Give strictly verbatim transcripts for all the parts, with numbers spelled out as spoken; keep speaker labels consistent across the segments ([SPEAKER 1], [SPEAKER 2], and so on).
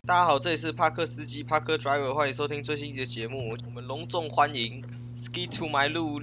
[SPEAKER 1] 大家好，这里是帕克司机 Parker Driver， 欢迎收听最新一集的节目。我们隆重欢迎 Skip to My Lou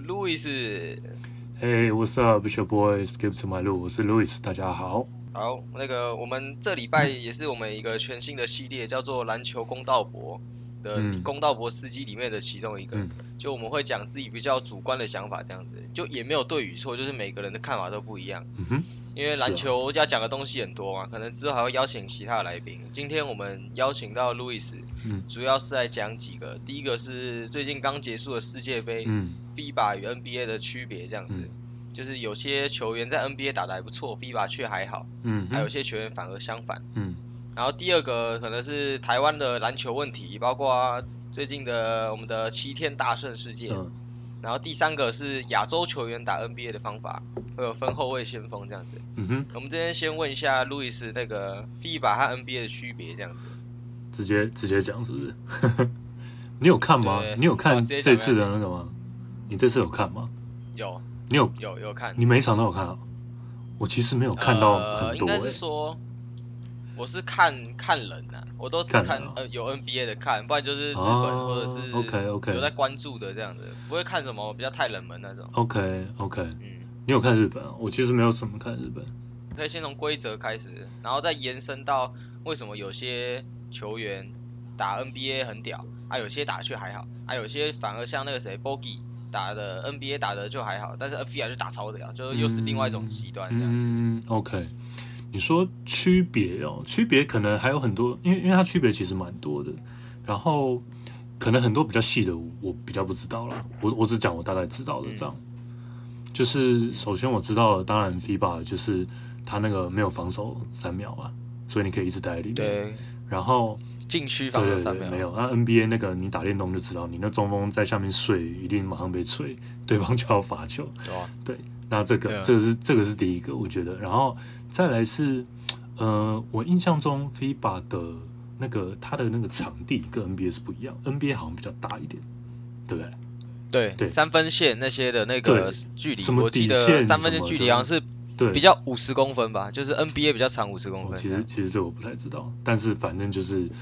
[SPEAKER 1] Louis。Hey,
[SPEAKER 2] what's up? It's your boy Skip to My Lou， 我是 Louis， 大家好。
[SPEAKER 1] 好，那个我们这礼拜也是我们一个全新的系列，叫做篮球公道伯的公道伯司机里面的其中一个。嗯、就我们会讲自己比较主观的想法，这样子，就也没有对与错，就是每个人的看法都不一样。嗯哼。因为篮球要讲的东西很多嘛，可能之后还会邀请其他的来宾。今天我们邀请到路易斯，嗯，主要是来讲几个。第一个是最近刚结束的世界杯，嗯 ，F I B A 与 N B A 的区别这样子，嗯、就是有些球员在 N B A 打得还不错 ，F I B A 却还好，嗯，还有些球员反而相反，嗯。然后第二个可能是台湾的篮球问题，包括最近的我们的七天大胜事件。嗯然后第三个是亚洲球员打 N B A 的方法，会有分后卫先锋这样子。嗯哼，我们这边先问一下路易斯那个 F I B A 和 N B A 的区别这样子。
[SPEAKER 2] 直接直接讲是不是？你有看吗？你有看这次的那个吗？你这次有看吗？
[SPEAKER 1] 有。
[SPEAKER 2] 你有
[SPEAKER 1] 有有看？
[SPEAKER 2] 你每一场都有看啊？我其实没有看到很多、欸
[SPEAKER 1] 呃。应该是说，我是看看人啊，我都只看, 看、啊、呃有 N B A 的看，不然就是日本、啊、或者是
[SPEAKER 2] OK OK
[SPEAKER 1] 有在关注的这样子，不会看什么比较太冷门那种。
[SPEAKER 2] OK OK， 嗯，你有看日本啊？我其实没有什么看日本。
[SPEAKER 1] 可以先从规则开始，然后再延伸到为什么有些球员打 N B A 很屌，啊有些打却还好，啊有些反而像那个谁 Bogi 打的 N B A 打的就还好，但是 F I B A 就打超屌，就又是另外一种极端这样子。
[SPEAKER 2] 嗯 ，OK。你说区别哦，区别可能还有很多，因为因为它区别其实蛮多的，然后可能很多比较细的我比较不知道啦，我我只讲我大概知道的这样。嗯、就是首先我知道的，当然 F I B A 就是它那个没有防守三秒啊，所以你可以一直待在里面。
[SPEAKER 1] 对。
[SPEAKER 2] 然后
[SPEAKER 1] 禁区防守三秒
[SPEAKER 2] 没有，那 N B A 那个你打电动就知道，你那中锋在下面睡，一定马上被吹，对方就要罚球。哦、对。那这个、啊、这个是这个是第一个，我觉得，然后再来是，呃，我印象中 F I B A 的那个它的那个场地跟 N B A 是不一样 ，N B A 好像比较大一点，对不对？
[SPEAKER 1] 对
[SPEAKER 2] 对，
[SPEAKER 1] 三分线那些的那个距离，我记得三分线距离好像是比较五十公分吧，就是 N B A 比较长五十公分、哦。
[SPEAKER 2] 其实其实这我不太知道，但是反正就是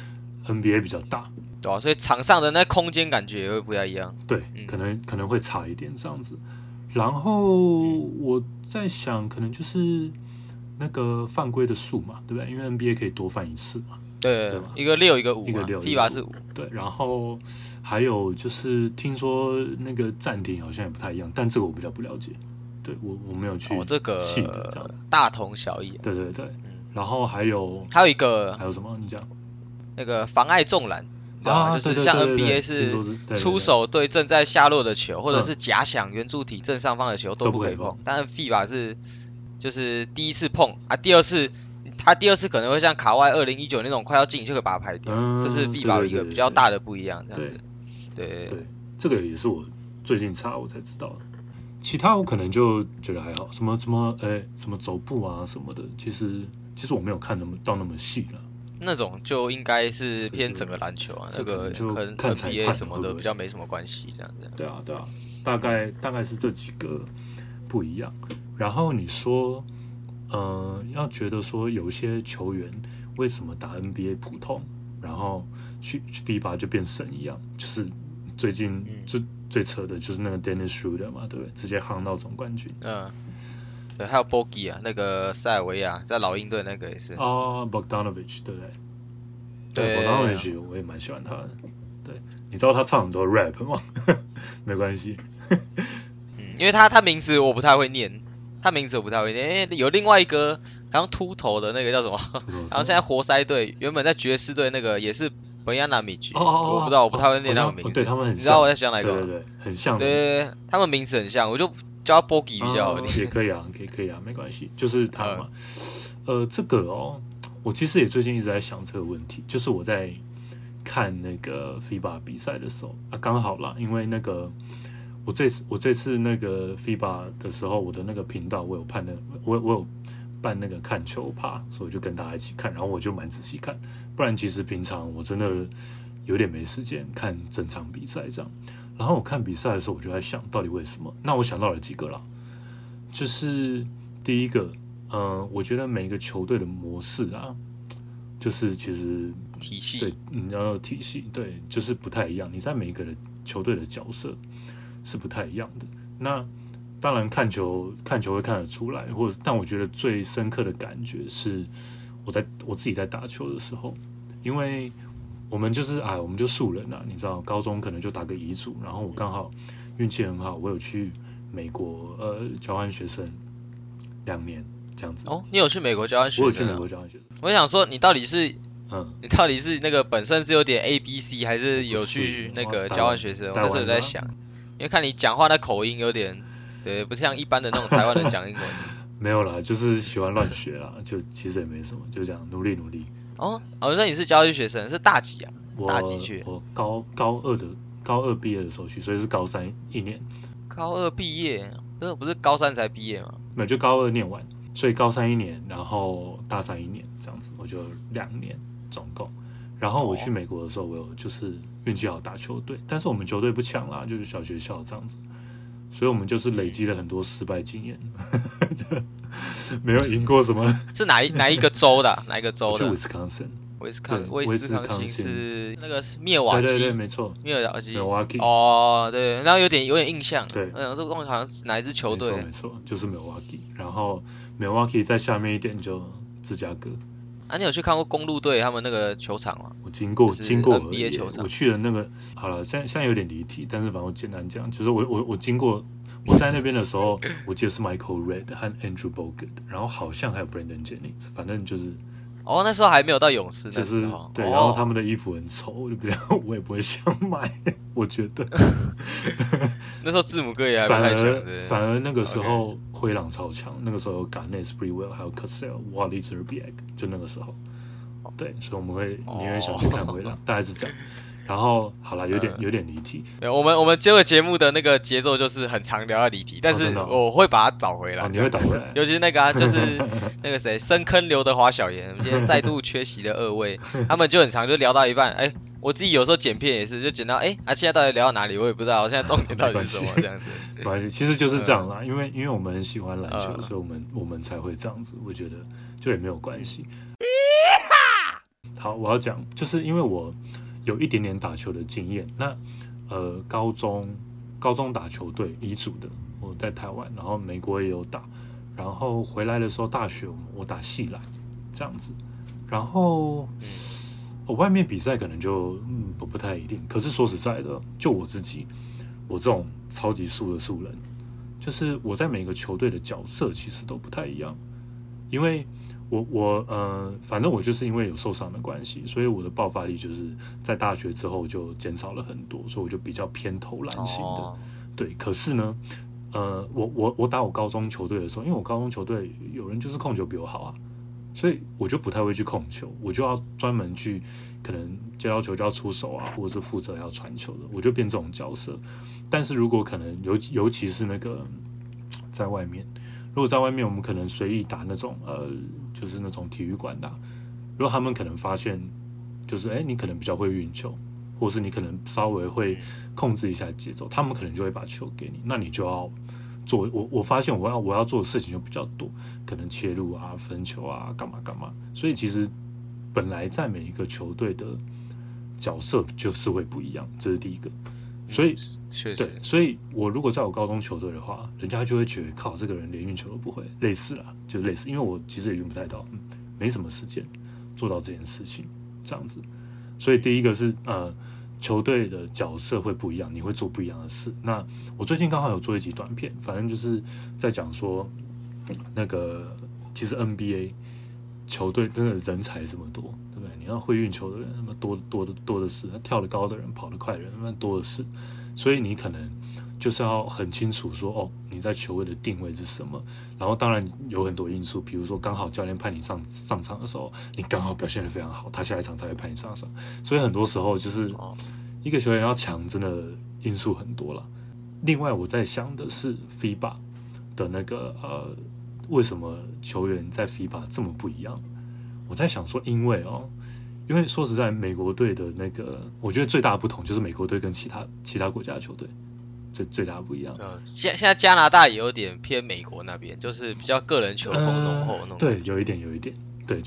[SPEAKER 2] N B A 比较大，
[SPEAKER 1] 对啊，所以场上的那空间感觉也会不太一样。
[SPEAKER 2] 对，嗯、可能可能会差一点这样子。然后我在想，可能就是那个犯规的数嘛，对不对？因为 N B A 可以多犯一次嘛，
[SPEAKER 1] 对，
[SPEAKER 2] 对吧？
[SPEAKER 1] 一个六，一个五，
[SPEAKER 2] 一个六，
[SPEAKER 1] F I B A 是五，
[SPEAKER 2] 对。然后还有就是听说那个暂停好像也不太一样，但这个我比较不了解，对我我没有去
[SPEAKER 1] 这个
[SPEAKER 2] 细的这样，
[SPEAKER 1] 大同小异、啊。
[SPEAKER 2] 对对对，嗯、然后还有
[SPEAKER 1] 还有一个
[SPEAKER 2] 还有什么？你讲
[SPEAKER 1] 那个妨碍纵篮。啊、就是像 N B A 是出手对正在下落的球，或者是假想圆柱体正上方的球都不可以碰。但是 F I B A 是就是第一次碰啊，第二次他第二次可能会像卡外二零一九那种快要进就可以把它拍掉，嗯、这是 F I B A 一个比较大的不一样。这样子，对 对,
[SPEAKER 2] 对，这个也是我最近查我才知道的。其他我可能就觉得还好，什么什么哎、欸、什么走步啊什么的，其实其实我没有看那么到那么细了。
[SPEAKER 1] 那种就应该是偏整个篮球啊，那个跟 N B A 什么的比较没什么关系，这样子。
[SPEAKER 2] 对啊，对啊，大概大概是这几个不一样。然后你说，呃，要觉得说有些球员为什么打 N B A 普通，然后去 F I B A 就变神一样，就是最近最、嗯、最扯的就是那个 Dennis Schroeder 嘛，对不对？直接夯到总冠军。
[SPEAKER 1] 嗯。对，还有 Bogi 啊，那个塞尔维亚在老鹰队那个也是。
[SPEAKER 2] 哦 Bogdanovic 对不对？
[SPEAKER 1] 对
[SPEAKER 2] ，Bogdanovic 我也蛮喜欢他的。对，你知道他唱很多 rap 吗？没关系。
[SPEAKER 1] 嗯，因为他他名字我不太会念，他名字我不太会念。因为有另外一个好像秃头的那个叫什么？然后现在活塞队原本在爵士队那个也是 Bogdanovic，
[SPEAKER 2] 哦哦
[SPEAKER 1] 我不知道，我不太会念他们名字。
[SPEAKER 2] 哦、对他们很像，
[SPEAKER 1] 你知道我在想哪一个吗？
[SPEAKER 2] 对对对，很像。
[SPEAKER 1] 对对对，他们名字很像，我就。叫他 Bogi 比较好一点、
[SPEAKER 2] 哦，也可以啊，可以可以啊，没关系，就是他嘛。嗯、呃，这个哦，我其实也最近一直在想这个问题，就是我在看那个 F I B A 比赛的时候啊，刚好啦，因为那个我这次我这次那个 F I B A 的时候，我的那个频道我有办的，我我有办那个看球趴，所以我就跟大家一起看，然后我就蛮仔细看，不然其实平常我真的有点没时间看整场比赛这样。然后我看比赛的时候，我就在想到底为什么？那我想到了几个啦，就是第一个，嗯、呃，我觉得每个球队的模式啊， 就是其实
[SPEAKER 1] 体系
[SPEAKER 2] 对，你要有体系，对，就是不太一样。你在每一个的球队的角色是不太一样的。那当然看球看球会看得出来，或者但我觉得最深刻的感觉是我在我自己在打球的时候，因为我们就是哎，我们就素人啊，你知道，高中可能就打个乙组，然后我刚好运气很好，我有去美国呃交换学生两年这样子。
[SPEAKER 1] 哦，你有去美国交换学生、啊？
[SPEAKER 2] 我有去美国交换学生。
[SPEAKER 1] 我想说，你到底是
[SPEAKER 2] 嗯，
[SPEAKER 1] 你到底是那个本身是有点 A B C， 还是有去那个交换学生？我那时候有在想，因为看你讲话的口音有点，对，不像一般的那种台湾人讲英文。
[SPEAKER 2] 没有啦，就是喜欢乱学啦，就其实也没什么，就这样努力努力。
[SPEAKER 1] 哦，哦，那你是交换学生，是大几啊？
[SPEAKER 2] 我
[SPEAKER 1] 大几去？
[SPEAKER 2] 我高高二的高二毕业的时候去，所以是高三一年。
[SPEAKER 1] 高二毕业，这不是高三才毕业吗？
[SPEAKER 2] 没有，就高二念完，所以高三一年，然后大三一年这样子，我就两年总共。然后我去美国的时候，我有就是运气好打球队，但是我们球队不强啦，就是小学校这样子，所以我们就是累积了很多失败经验，没有赢过什么。
[SPEAKER 1] 是哪一哪一个州的、啊？哪一个州的？
[SPEAKER 2] 去威斯康森。
[SPEAKER 1] 威斯康威斯康星是那个密尔瓦基，
[SPEAKER 2] 对对对，没错，
[SPEAKER 1] 密尔瓦基。
[SPEAKER 2] 密尔瓦基。
[SPEAKER 1] 哦，对，然后有点有点印象。
[SPEAKER 2] 对，
[SPEAKER 1] 嗯，这好像是哪一支球队？
[SPEAKER 2] 没错没错，就是密尔瓦基。然后密尔瓦基在下面一点就芝加哥。
[SPEAKER 1] 啊，你有去看过公路队他们那个球场吗？
[SPEAKER 2] 我经过，经过
[SPEAKER 1] N B A 球场。
[SPEAKER 2] 我去了那个，好了，现在现在有点离题，但是反正我简单讲，就是我我我经过，我在那边的时候，我记得是 Michael Redd 和 Andrew Bogut， 然后好像还有 Brandon Jennings， 反正就是。
[SPEAKER 1] 哦，那时候还没有到勇士，
[SPEAKER 2] 就是对、
[SPEAKER 1] 哦，
[SPEAKER 2] 然后他们的衣服很丑，我就比较我也不会想买，我觉得
[SPEAKER 1] 那时候字母哥也还不太强，
[SPEAKER 2] 反而那个时候灰狼超强，那个时候有 Garnett、Sprewell 还有 Cassell、Wally Szczerbiak， 就那个时候，对，所以我们会宁愿想去看灰狼，哦、大概是这样。然后好了，有点有点离题。
[SPEAKER 1] 对，我们我们这个节目的那个节奏就是很常聊到离题，但是我会把它找回来。
[SPEAKER 2] 哦，你会找回来。
[SPEAKER 1] 尤其是那个啊，就是那个谁，深坑刘德华小严，我们今天再度缺席的二位，他们就很常就聊到一半，哎，我自己有时候剪片也是，就剪到哎，啊，现在到底聊到哪里，我也不知道，现在重点到底是什么这样子。
[SPEAKER 2] 没关系，其实就是这样啦，因为因为我们很喜欢篮球，所以我们我们才会这样子，我觉得就也没有关系。好，我要讲，就是因为我。有一点点打球的经验，那呃高中高中打球队乙组的，我在台湾，然后美国也有打，然后回来的时候大学我打系篮这样子，然后我、哦、外面比赛可能就嗯不不太一定，可是说实在的，就我自己，我这种超级素的素人，就是我在每个球队的角色其实都不太一样，因为。我我呃，反正我就是因为有受伤的关系，所以我的爆发力就是在大学之后就减少了很多，所以我就比较偏投篮型的。哦、对，可是呢，呃，我我我打我高中球队的时候，因为我高中球队有人就是控球比我好啊，所以我就不太会去控球，我就要专门去可能接到球就要出手啊，或者是负责要传球的，我就变这种角色。但是如果可能尤尤其是那个在外面。如果在外面，我们可能随意打那种呃，就是那种体育馆打。如果他们可能发现，就是哎，你可能比较会运球，或是你可能稍微会控制一下节奏，他们可能就会把球给你，那你就要做。我我发现我要我要做的事情就比较多，可能切入啊、分球啊、干嘛干嘛。所以其实本来在每一个球队的角色就是会不一样，这是第一个。所以，
[SPEAKER 1] 嗯、
[SPEAKER 2] 对，所以我如果在我高中球队的话，人家就会觉得靠，这个人连运球都不会，类似啦，就类似，因为我其实也用不太到，嗯、没什么时间做到这件事情，这样子。所以第一个是呃，球队的角色会不一样，你会做不一样的事。那我最近刚好有做一集短片，反正就是在讲说，那个其实 N B A 球队真的人才这么多。对不对？你要会运球的人那么多多的多的是，跳得高的人、跑得快的人那么多的是，所以你可能就是要很清楚说，哦，你在球队的定位是什么。然后当然有很多因素，比如说刚好教练派你上上场的时候，你刚好表现得非常好，他下一场才会派你上场。所以很多时候就是一个球员要强，真的因素很多了。另外我在想的是 F I B A 的那个呃，为什么球员在 F I B A 这么不一样？我在想说，因为哦，因为说实在，美国队的那个，我觉得最大的不同就是美国队跟其他其他国家的球队最最大的不一样。
[SPEAKER 1] 嗯，现现在加拿大也有点偏美国那边，就是比较个人球风浓厚那种、呃。
[SPEAKER 2] 对，有一点，有一点，对，就是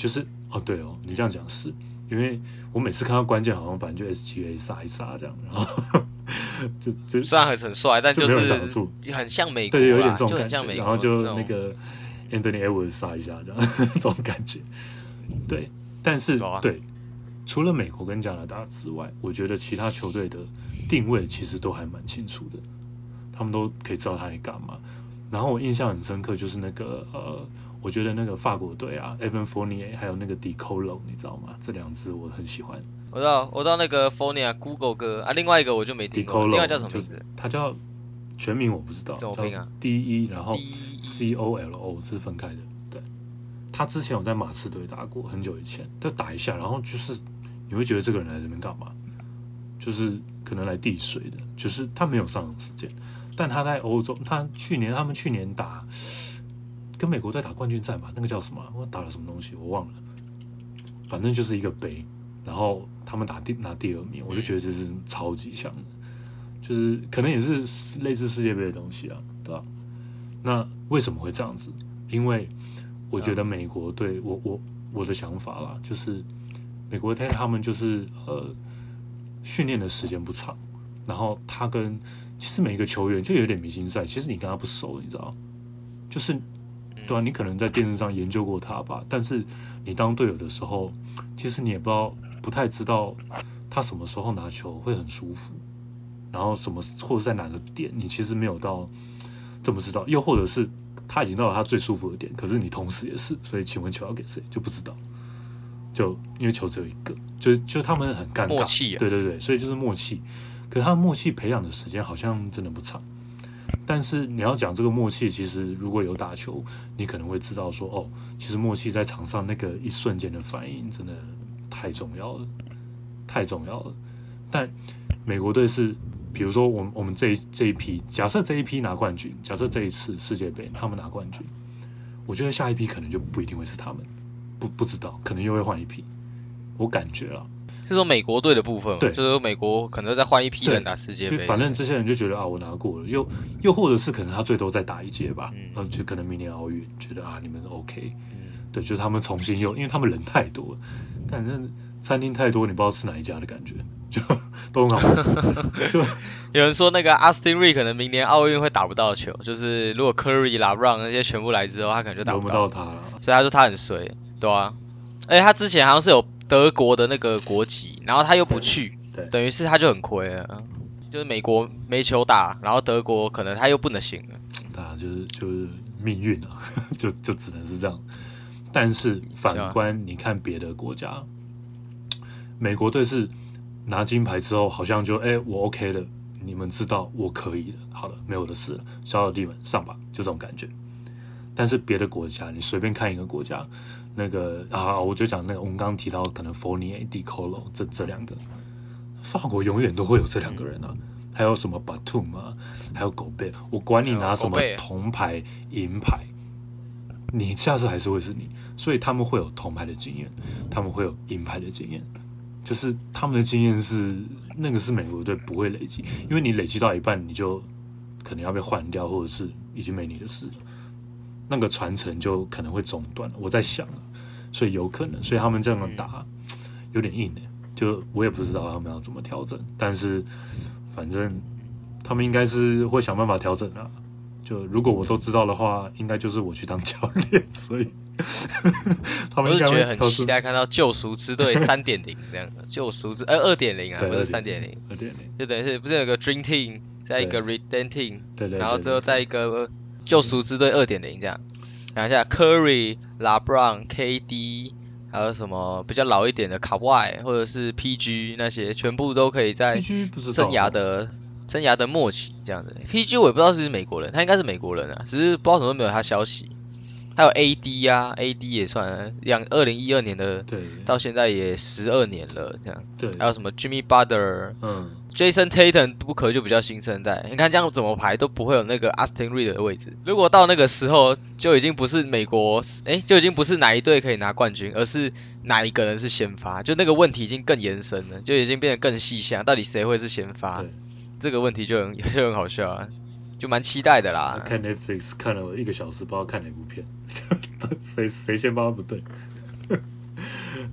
[SPEAKER 2] 哦，对哦，你这样讲是因为我每次看到关键好像反正就 S G A 杀一杀这样，然后就就
[SPEAKER 1] 虽然很帅，但就是很像美国啦，
[SPEAKER 2] 对，有一点这种感觉，
[SPEAKER 1] 就很像美国，
[SPEAKER 2] 然后就那个 Anthony Edwards 杀一下这样这种感觉。对，但是、啊、对，除了美国跟加拿大之外，我觉得其他球队的定位其实都还蛮清楚的，他们都可以知道他在干嘛。然后我印象很深刻，就是那个呃，我觉得那个法国队啊 ，Evan Fournier 还有那个 Decolo， 你知道吗？这两支我很喜欢。
[SPEAKER 1] 我知道，我知道那个 Fournier Google 哥啊，另外一个我就没听过，
[SPEAKER 2] Decolo,
[SPEAKER 1] 另外叫什么名字？
[SPEAKER 2] 他叫全名我不知道，
[SPEAKER 1] 怎么拼啊
[SPEAKER 2] ？D E 然后 C O L O 是分开的。对，他之前有在马刺队打过，很久以前，就打一下，然后就是你会觉得这个人来这边干嘛？就是可能来递水的，就是他没有上场时间。但他在欧洲，他去年他们去年打跟美国队打冠军战吧，那个叫什么？我打了什么东西我忘了，反正就是一个杯，然后他们打第拿第二名，我就觉得这是超级强的，就是可能也是类似世界杯的东西啊，对吧？那为什么会这样子？因为我觉得美国队，我我我的想法啦，就是美国队他们就是呃训练的时间不长，然后他跟其实每一个球员就有点明星赛，其实你跟他不熟，你知道，就是对啊，你可能在电视上研究过他吧，但是你当队友的时候，其实你也不知道，不太知道他什么时候拿球会很舒服，然后什么或者在哪个点，你其实没有到这么知道，又或者是他已经到了他最舒服的点，可是你同时也是，所以请问球要给谁就不知道，就因为球只有一个，就是就他们很尴尬，
[SPEAKER 1] 默契啊，
[SPEAKER 2] 对对对，所以就是默契。可是他默契培养的时间好像真的不长，但是你要讲这个默契，其实如果有打球，你可能会知道说，哦，其实默契在场上那个一瞬间的反应真的太重要了，太重要了。但美国队是，比如说我们我们这一这一批，假设这一批拿冠军，假设这一次世界杯他们拿冠军，我觉得下一批可能就不一定会是他们，不不知道，可能又会换一批，我感觉啦。
[SPEAKER 1] 是说美国队的部分，
[SPEAKER 2] 对，
[SPEAKER 1] 就是说美国可能再换一批人打世界杯，
[SPEAKER 2] 反正这些人就觉得啊，我拿过了，又又或者是可能他最多再打一届吧，嗯，就可能明年奥运觉得啊，你们 OK，嗯，对，就是他们重新又，因为他们人太多了，反正餐厅太多，你不知道吃哪一家的感觉，就都很好吃。就
[SPEAKER 1] 有人说那个 Austin Reed 可能明年奥运会打不到球，就是如果 Curry、LeBron 那些全部来之后，他可能就打不到，
[SPEAKER 2] 轮不到他了，
[SPEAKER 1] 所以他说他很衰，对啊，而且他之前好像是有德国的那个国籍，然后他又不去，等于是他就很亏了。就是美国没球打，然后德国可能他又不能行了。
[SPEAKER 2] 对啊，就是就是命运啊，就就只能是这样。但是反观你看别的国家，美国队是拿金牌之后，好像就哎、欸、我 OK 了，你们知道我可以了，好了，没有的事了，小老弟们上吧，就这种感觉。但是别的国家，你随便看一个国家。那个啊，我就讲那个，我们刚刚提到可能 Fournier、Decolo 这这两个，法国永远都会有这两个人啊，还有什么 Batum 啊，还有狗贝，我管你拿什么铜牌、银牌，你下次还是会是你，所以他们会有铜牌的经验，他们会有银牌的经验，就是他们的经验是那个是美国队不会累积，因为你累积到一半，你就可能要被换掉，或者是已经没你的事了。那个传承就可能会中断了，我在想，所以有可能，所以他们这样打有点硬、欸、就我也不知道他们要怎么调整，但是反正他们应该是会想办法调整的。就如果我都知道的话，应该就是我去当教练，所以他们应该会
[SPEAKER 1] 我是觉得很期待看到救赎之队三点零这样的救赎之呃二点零啊，不是三点零，二点零就等于是不是有个 Dream Team， 再一个 Redemption Team，
[SPEAKER 2] 对对，
[SPEAKER 1] 然后最后再一个救赎之队 二点零 这样，讲一下 Curry、LeBron、K D， 还有什么比较老一点的 Kawhi 或者是 P G 那些，全部都可以在生涯的生涯的末期这样子。P G 我也不知道是不是美国人，他应该是美国人啊，只是不知道怎么都没有他消息。还有 A D 啊 ，A D 也算两二零一二年的，对，到现在也十二年了这样。对，还有什么 Jimmy Butler， 嗯 ，Jason Tatum 不可就比较新生代。你看这样怎么排都不会有那个 Austin Reed 的位置。如果到那个时候就已经不是美国，哎，就已经不是哪一队可以拿冠军，而是哪一个人是先发，就那个问题已经更延伸了，就已经变得更细项，到底谁会是先发？这个问题就很就很好笑啊。就蛮期待的啦。
[SPEAKER 2] 看 Netflix 看了一个小时，不知道看哪部片，谁谁先帮他不对。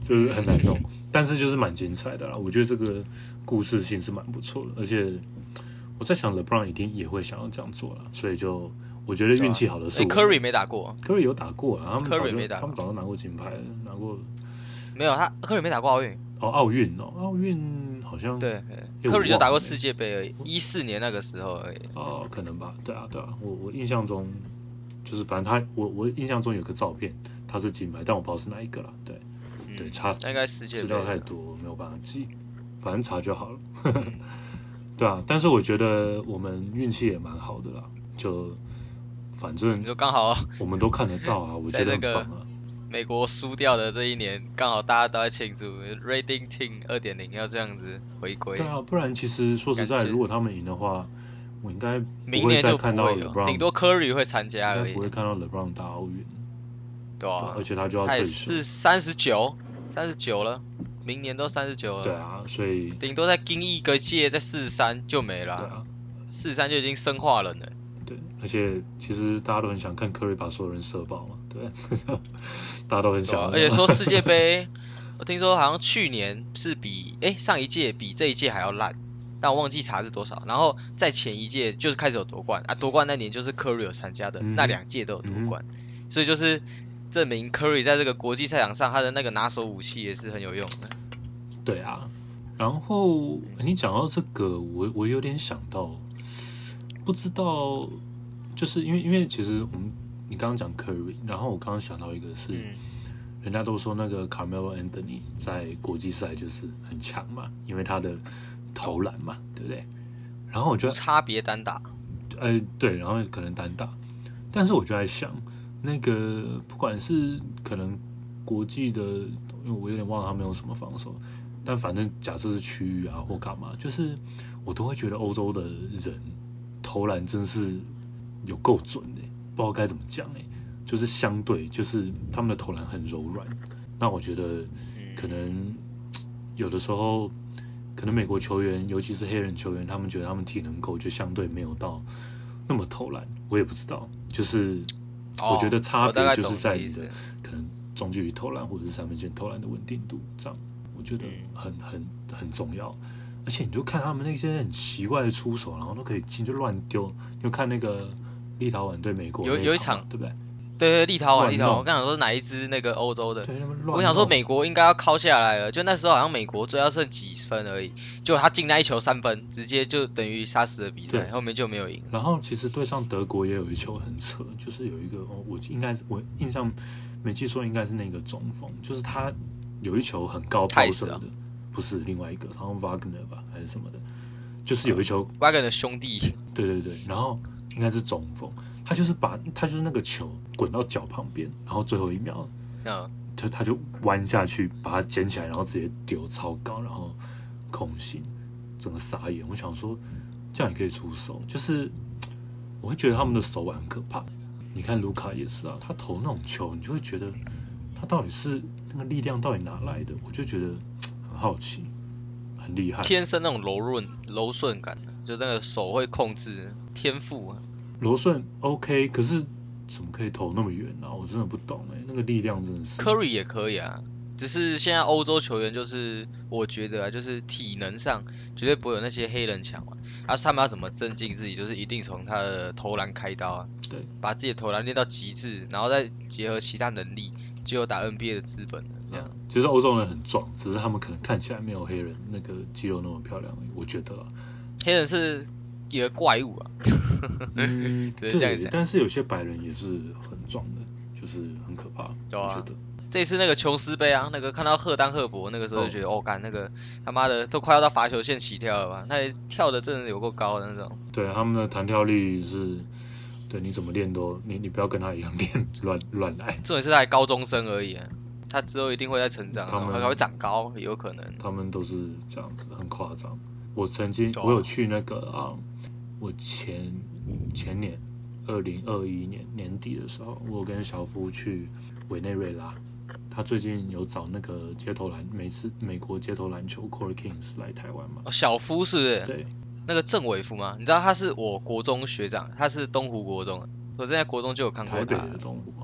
[SPEAKER 2] 就是很难弄，但是就是蛮精彩的啦。我觉得这个故事性是蛮不错的，而且我在想 LeBron 一定也会想要这样做啦，所以就我觉得运气好的是我。
[SPEAKER 1] 欸、Curry 没打过
[SPEAKER 2] ，Curry 有打过啊，他们早
[SPEAKER 1] Curry
[SPEAKER 2] 就
[SPEAKER 1] 没打过
[SPEAKER 2] 他们早就拿过金牌了，拿过。
[SPEAKER 1] 没有，他 Curry 没打过奥运。
[SPEAKER 2] 哦，奥运哦，奥运好像
[SPEAKER 1] 对 ，Curry 就打过世界杯而已，一四年那个时候而已。
[SPEAKER 2] 哦，可能吧，对啊，对啊，我我印象中就是反正他我我印象中有个照片，他是金牌，但我不知道是哪一个啦，对、嗯、对，差
[SPEAKER 1] 应该世界杯
[SPEAKER 2] 资料太多没有办法记，反正查就好了。对啊，但是我觉得我们运气也蛮好的啦，就反正
[SPEAKER 1] 就刚好
[SPEAKER 2] 我们都看得到啊，我觉得很棒啊。
[SPEAKER 1] 美国输掉的这一年，刚好大家都在庆祝 Reading Team 二点零 要这样子回归。
[SPEAKER 2] 对啊，不然其实说实在，如果他们赢的话，我应该不会再看到 LeBron，
[SPEAKER 1] 顶多 Curry 会参加而已，
[SPEAKER 2] 不会看到 LeBron 打奥运。
[SPEAKER 1] 对啊，
[SPEAKER 2] 而且他就要退休，
[SPEAKER 1] 他也是三十九，三十九了，明年都三十九了。
[SPEAKER 2] 对啊，所以
[SPEAKER 1] 顶多再盯一个届，在四十三就没了。
[SPEAKER 2] 对啊，
[SPEAKER 1] 四十三就已经生化人了。
[SPEAKER 2] 对，而且其实大家都很想看 Curry 把所有人射爆嘛，对，大家都很想、啊。
[SPEAKER 1] 而且说世界杯，我听说好像去年是比哎、欸、上一届比这一届还要烂，但我忘记查是多少。然后在前一届就是开始有夺冠啊，夺冠那年就是 Curry 有参加的，嗯、那两届都有夺冠，嗯、所以就是证明 Curry 在这个国际赛场上他的那个拿手武器也是很有用的。
[SPEAKER 2] 对啊，然后你讲到这个，我我有点想到。不知道，就是因为因为其实我们你刚刚讲 Curry， 然后我刚刚想到一个是，嗯、人家都说那个 Carmelo Anthony 在国际赛就是很强嘛，因为他的投篮嘛，对不对？然后我觉得
[SPEAKER 1] 差别单打，
[SPEAKER 2] 哎对，然后可能单打，但是我就在想，那个不管是可能国际的，因为我有点忘了他们用什么防守，但反正假设是区域啊或干嘛，就是我都会觉得欧洲的人。投篮真是有够准的，不知道该怎么讲哎，就是相对就是他们的投篮很柔软，那我觉得可能有的时候可能美国球员，尤其是黑人球员，他们觉得他们体能够，就相对没有到那么投篮，我也不知道，就是我觉得差别就是在你的可能中距离投篮或者是三分线投篮的稳定度，这样我觉得很很很重要。而且你就看他们那些很奇怪的出手，然后都可以进就乱丢。你就看那个立陶宛对美国
[SPEAKER 1] 有有一场，
[SPEAKER 2] 对不对？
[SPEAKER 1] 对对，立陶宛，立陶宛。我刚想说哪一支那个欧洲的？我想说美国应该要敲下来了，就那时候好像美国最要剩几分而已，结果他进那一球三分，直接就等于杀死了比赛，后面就没有赢。
[SPEAKER 2] 然后其实对上德国也有一球很扯，就是有一个哦，我应该是我印象没记错，应该是那个中锋，就是他有一球很高抛射的。不是另外一个，好像 Wagner 吧，还是什么的，就是有一球
[SPEAKER 1] Wagner 的兄弟，
[SPEAKER 2] 对对对，然后应该是中锋，他就是把他就是那个球滚到脚旁边，然后最后一秒，嗯，他他就弯下去把它捡起来，然后直接丢超高，然后空心，整个傻眼。我想说，这样也可以出手，就是我会觉得他们的手腕很可怕。你看卢卡也是啊，他投那种球，你就会觉得他到底是那个力量到底哪来的？我就觉得。很好奇，很厉害，
[SPEAKER 1] 天生那种柔润、柔顺感，就那个手会控制，天赋啊。
[SPEAKER 2] 柔顺 OK， 可是怎么可以投那么远啊？我真的不懂哎、欸，那个力量真的是。
[SPEAKER 1] Curry 也可以啊，只是现在欧洲球员就是我觉得啊，就是体能上绝对不会有那些黑人强嘛。而、啊、他们要怎么增进自己，就是一定从他的投篮开刀啊，
[SPEAKER 2] 对，
[SPEAKER 1] 把自己的投篮练到极致，然后再结合其他能力，就有打 N B A 的资本了。这样，
[SPEAKER 2] 其实欧洲人很壮，只是他们可能看起来没有黑人那个肌肉那么漂亮而已，我觉得啦。
[SPEAKER 1] 黑人是一个怪物啊，
[SPEAKER 2] 嗯，对，这样讲。但是有些白人也是很壮的，就是很可怕，
[SPEAKER 1] 对啊、
[SPEAKER 2] 我觉得。
[SPEAKER 1] 这次那个琼斯杯啊，那个看到赫丹赫伯那个时候就觉得，哦，干、哦、那个他妈的都快要到罚球线起跳了吧？那跳的真的有够高的那种。
[SPEAKER 2] 对，他们的弹跳力是，对，你怎么练都，你你不要跟他一样练乱乱来。
[SPEAKER 1] 重点是他还高中生而已、啊，他之后一定会在成长，他们还会长高，有可能。
[SPEAKER 2] 他们都是这样子，很夸张。我曾经我有去那个啊，我前前年二零二一年年底的时候，我有跟小夫去委内瑞拉。他最近有找那个街头篮，美式美国街头篮球 Core Kings 来台湾嘛？
[SPEAKER 1] 哦，小夫是不是？
[SPEAKER 2] 对，
[SPEAKER 1] 那个郑伟夫吗？你知道他是我国中学长，他是东湖国中，我之前国中就有看过他。
[SPEAKER 2] 台北的东湖吗？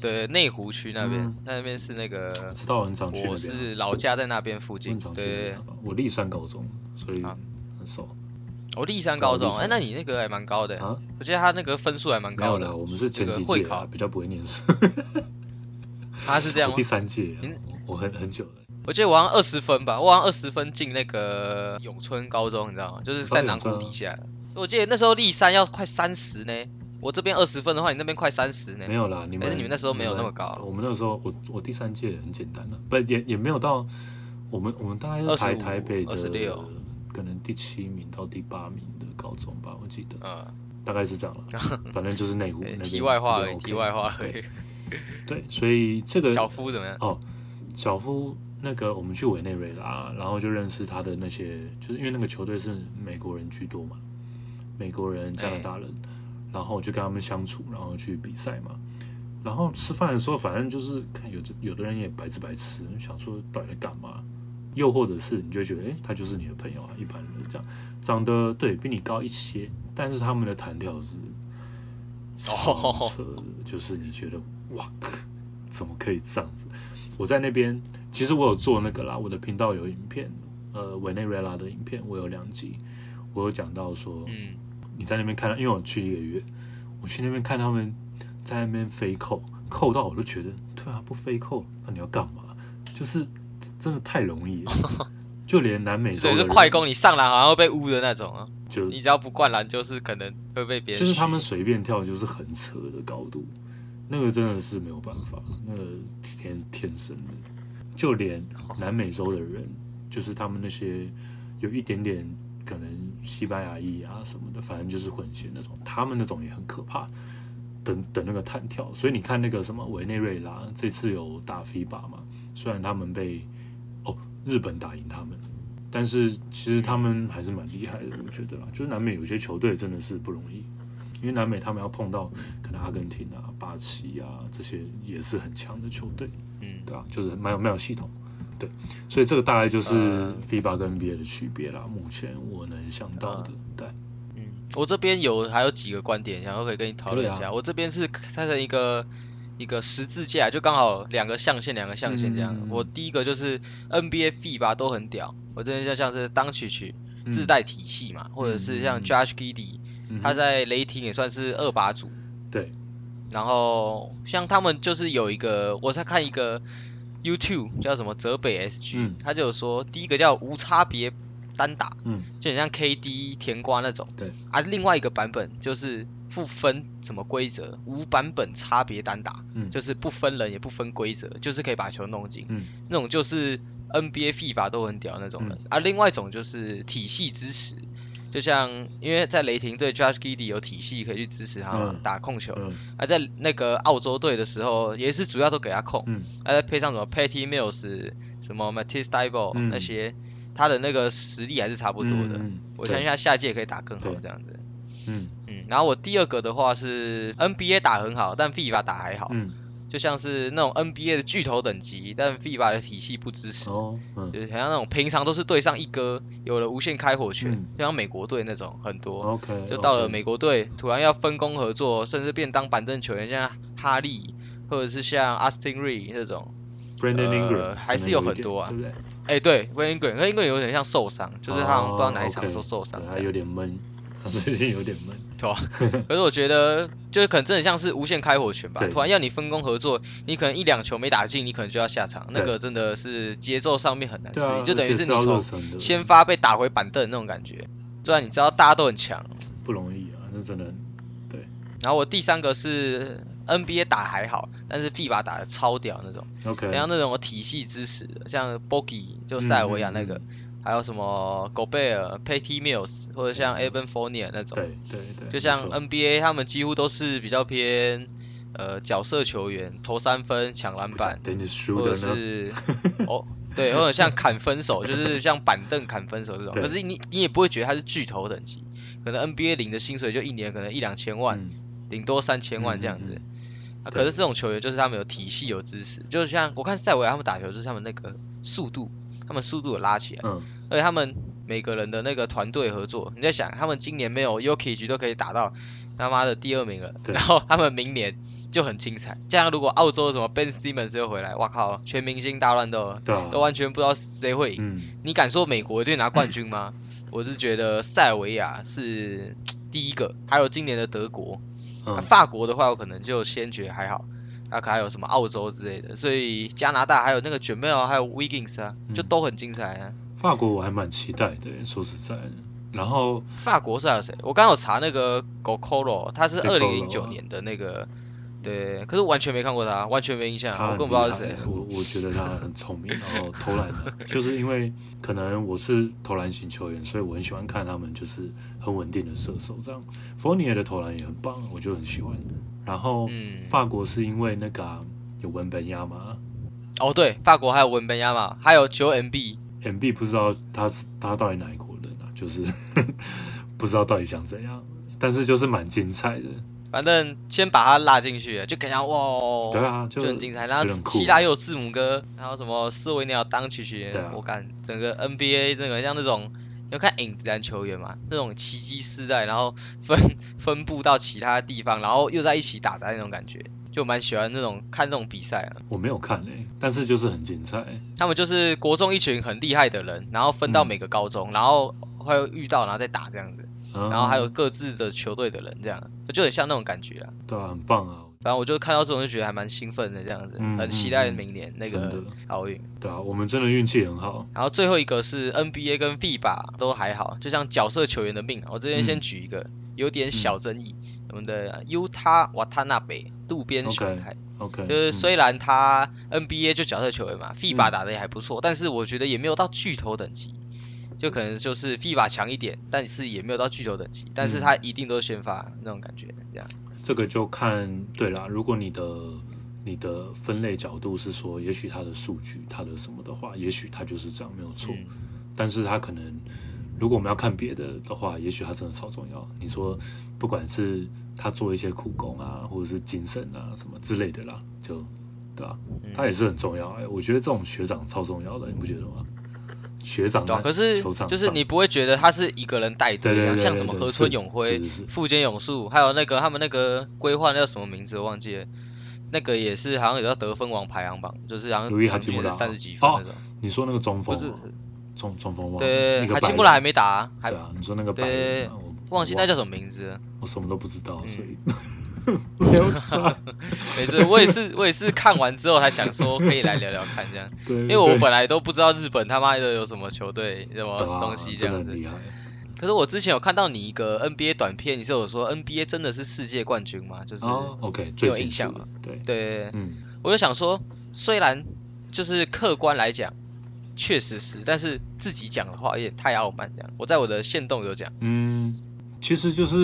[SPEAKER 1] 对，内湖区那边，嗯、那边是那个，
[SPEAKER 2] 知道很常去那边、啊。
[SPEAKER 1] 我是老家在那边附近，对，
[SPEAKER 2] 我立山高中，所以很熟。
[SPEAKER 1] 我立山高中，哎、欸，那你那个还蛮高的、啊，我觉得他那个分数还蛮高的。
[SPEAKER 2] 没有啦，我们是前几届、啊，比较不会念书。
[SPEAKER 1] 他是这样吗？
[SPEAKER 2] 第三届、啊，我很很久了。
[SPEAKER 1] 我记得我好像二十分吧，我好像二十分进那个永春高中，你知道吗？就是在南湖底下。我记得那时候立山要快三十呢，我这边二十分的话，你那边快三十呢。
[SPEAKER 2] 没有啦，你们
[SPEAKER 1] 但是你们那时候没有那么高。
[SPEAKER 2] 我们那时候，我我第三届很简单了，不也也没有到我们我们大概是排台北的
[SPEAKER 1] 二十六，
[SPEAKER 2] 可能第七名到第八名的高中吧，我记得。嗯。大概是这样了，反正就是内湖那边。
[SPEAKER 1] 题外话而已，题外话而已。
[SPEAKER 2] 对，所以这个
[SPEAKER 1] 小夫怎么样？
[SPEAKER 2] 哦，小夫那个我们去委内瑞拉，然后就认识他的那些，就是因为那个球队是美国人居多嘛，美国人、加拿大人，欸、然后就跟他们相处，然后去比赛嘛。然后吃饭的时候，反正就是看有的有的人也白吃白吃，想说到底在干嘛？又或者是你就觉得，哎、欸，他就是你的朋友啊，一般人这样，长得对比你高一些，但是他们的弹跳是超扯的，哦、就是你觉得哇，怎么可以这样子？我在那边，其实我有做那个啦，我的频道有影片，呃，委内瑞拉的影片，我有两集，我有讲到说，嗯，你在那边看到，因为我去一个月，我去那边看他们在那边飞扣，扣到我都觉得，对啊，不飞扣，那你要干嘛？就是真的太容易了，就连南美洲的人，
[SPEAKER 1] 所以是快攻，你上篮好像会被污的那种啊。就你只要不灌篮，就是可能会被别人。
[SPEAKER 2] 就是他们随便跳，就是很扯的高度，那个真的是没有办法，那个天天生的。就连南美洲的人，就是他们那些有一点点可能西班牙裔啊什么的，反正就是混血那种，他们那种也很可怕。等等那个弹跳，所以你看那个什么委内瑞拉这次有打 F I B A 嘛，虽然他们被哦日本打赢他们，但是其实他们还是蛮厉害的，我觉得啦。就是南美有些球队真的是不容易，因为南美他们要碰到可能阿根廷啊、巴西啊这些也是很强的球队，嗯，对吧、啊？就是蛮有蛮有系统，对，所以这个大概就是 F I B A 跟 N B A 的区别啦。目前我能想到的，对。
[SPEAKER 1] 我这边有还有几个观点，然后可以跟你讨论一下。啊、我这边是拆成一个一个十字架，就刚好两个象限，两个象限这样。嗯、我第一个就是 N B A F I B A 都很屌，我这边就像是当曲曲自带体系嘛，嗯、或者是像 Josh Giddey，、嗯、他在雷霆也算是二把主。
[SPEAKER 2] 对。
[SPEAKER 1] 然后像他们就是有一个，我在看一个 YouTube 叫什么泽北 S G，、嗯、他就有说第一个叫无差别单打，嗯，就很像 K D 甜瓜那种，
[SPEAKER 2] 对
[SPEAKER 1] 啊，另外一个版本就是不分什么规则，无版本差别单打，嗯，就是不分人也不分规则，就是可以把球弄进，嗯，那种就是 N B A F I B A 都很屌那种人，嗯、啊，另外一种就是体系支持，就像因为在雷霆队 Josh Giddey 有体系可以去支持他嘛，嗯、打控球，嗯、啊，在那个澳洲队的时候也是主要都给他控，嗯，啊，再配上什么 Patty Mills 什么 Matisse Thybulle、嗯、那些。他的那个实力还是差不多的，嗯、我相信他下届可以打更好这样子。嗯嗯，然后我第二个的话是 N B A 打很好，但 F I B A 打还好。嗯，就像是那种 N B A 的巨头等级，但 F I B A 的体系不支持。哦，嗯，就是好像那种平常都是对上一哥，有了无限开火权，嗯、就像美国队那种很多。
[SPEAKER 2] OK，
[SPEAKER 1] 就到了美国队，突然要分工合作，甚至变当板凳球员，像哈利或者是像 Austin Reed 那种。
[SPEAKER 2] Brandon Ingram、
[SPEAKER 1] 呃、还是有很多啊，
[SPEAKER 2] 对不对？
[SPEAKER 1] 哎、欸，对 ，Brandon Ingram， 可 Ingram 有点像受伤，就是他好像不知道哪一场的时候受伤，
[SPEAKER 2] 他有点闷，他最近有点闷，
[SPEAKER 1] 对吧？可是我觉得，就是可能真的像是无限开火权吧，突然要你分工合作，你可能一两球没打进，你可能就要下场，那个真的是节奏上面很难适应，啊、就等于是你从先发被打回板凳那种感觉。虽然你知道大家都很强，
[SPEAKER 2] 不容易啊，那真的对。
[SPEAKER 1] 然后我第三个是。N B A 打还好，但是 F I B A 打的超屌那种，
[SPEAKER 2] OK，
[SPEAKER 1] 像那种体系支持的，像 Bogey 就塞尔维亚那个，嗯嗯嗯、还有什么 Gobert、Patty Mills 或者像 Evan Fournier 那种，
[SPEAKER 2] 对对对，
[SPEAKER 1] 就像 N B A 他们几乎都是比较偏呃角色球员，投三分、抢篮板，或者是哦对，或者像砍分手，就是像板凳砍分手这种，可是你你也不会觉得他是巨头等级，可能 N B A 领的薪水就一年可能一两千万。嗯顶多三千万这样子，嗯嗯啊、可是这种球员就是他们有体系有支持，就像我看塞维亚他们打球就是他们那个速度，他们速度有拉起来，嗯、而且他们每个人的那个团队合作。你在想，他们今年没有 Jokic 都可以打到他妈的第二名了，然后他们明年就很精彩。这样如果澳洲什么 Ben Simmons 又回来，哇靠，全明星大乱斗，啊、都完全不知道谁会赢。嗯、你敢说美国队拿冠军吗？我是觉得塞尔维亚是第一个，还有今年的德国。嗯啊、法国的话，我可能就先觉得还好。那、啊、还有什么澳洲之类的，所以加拿大还有那个卷妹哦，还有 Wiggins 啊，就都很精彩啊。
[SPEAKER 2] 法国我还蛮期待的，说实在的。然后
[SPEAKER 1] 法国是还有谁？我刚刚有查那个 Gokolo， 他是二零零九年的那个，对，可是完全没看过他，完全没印象，我根本不知道是谁。
[SPEAKER 2] 我我觉得他很聪明，然后投篮的，就是因为可能我是投篮型球员，所以我很喜欢看他们就是很稳定的射手这样。Fournier 的投篮也很棒，我就很喜欢。然后，嗯、法国是因为那个、啊、有文本亚马，
[SPEAKER 1] 哦对，法国还有文本亚马，还有九 M B，M
[SPEAKER 2] B 不知道他是他到底哪一国人啊？就是不知道到底想怎样，但是就是蛮精彩的。
[SPEAKER 1] 反正先把他拉进去，就感觉哇，
[SPEAKER 2] 对啊，就
[SPEAKER 1] 就很精彩。然后希腊又有字母哥，然后什么斯维尼奥当曲曲，啊、我感整个 N B A 这个像那种。要看影子篮球员嘛，那种奇迹世代，然后分分布到其他地方，然后又在一起打的那种感觉，就蛮喜欢那种看那种比赛啊。
[SPEAKER 2] 我没有看诶、欸，但是就是很精彩。
[SPEAKER 1] 他们就是国中一群很厉害的人，然后分到每个高中，嗯、然后会遇到，然后再打这样子，嗯、然后还有各自的球队的人这样，就很像那种感觉啊。
[SPEAKER 2] 对啊，很棒啊。
[SPEAKER 1] 反正我就看到这种就觉得还蛮兴奋的这样子，嗯、很期待明年那个奥运。
[SPEAKER 2] 对啊，我们真的运气很好。
[SPEAKER 1] 然后最后一个是 N B A 跟 FIBA 都还好，就像角色球员的命，我这边先举一个、嗯、有点小争议，嗯、我们的 Yuta Watanabe 渡边雄太。
[SPEAKER 2] Okay, okay,
[SPEAKER 1] 就是虽然他 N B A 就角色球员嘛、嗯、，FIBA 打的也还不错，但是我觉得也没有到巨头等级，就可能就是 FIBA 强一点，但是也没有到巨头等级，但是他一定都是先发那种感觉，这样。
[SPEAKER 2] 这个就看对啦，如果你的你的分类角度是说，也许他的数据他的什么的话，也许他就是这样没有错，嗯、但是他可能如果我们要看别的的话，也许他真的超重要。你说不管是他做一些苦工啊，或者是精神啊什么之类的啦，就对吧、啊？他也是很重要、欸。我觉得这种学长超重要的，你不觉得吗？学长在
[SPEAKER 1] 可是就是你不会觉得他是一个人带队啊，像什么河村永辉、富坚勇树，还有那个他们那个规划那叫什么名字我忘记了，那个也是好像有叫得分王排行榜，就是好像场均是三十几分那种、哦。
[SPEAKER 2] 你说那个中锋、啊？不是中中锋王？
[SPEAKER 1] 对，海清木兰还没打、啊，还
[SPEAKER 2] 对啊。你说那个白
[SPEAKER 1] 人、啊，忘记那叫什么名字？
[SPEAKER 2] 我什么都不知道，所以。
[SPEAKER 1] 嗯没有错，没事，我也是，我也是看完之后才想说可以来聊聊看这样，
[SPEAKER 2] 对，
[SPEAKER 1] 因为我本来都不知道日本他妈的有什么球队、什么东西这样子。
[SPEAKER 2] 啊、
[SPEAKER 1] 可是我之前有看到你一个 N B A 短片，你是有说 N B A 真的是世界冠军吗？就是、
[SPEAKER 2] 哦、OK，
[SPEAKER 1] 有印象吗？
[SPEAKER 2] 对
[SPEAKER 1] 对，嗯，我就想说，虽然就是客观来讲确实是，但是自己讲的话有点太傲慢这样。我在我的限动有讲，
[SPEAKER 2] 嗯，其实就是。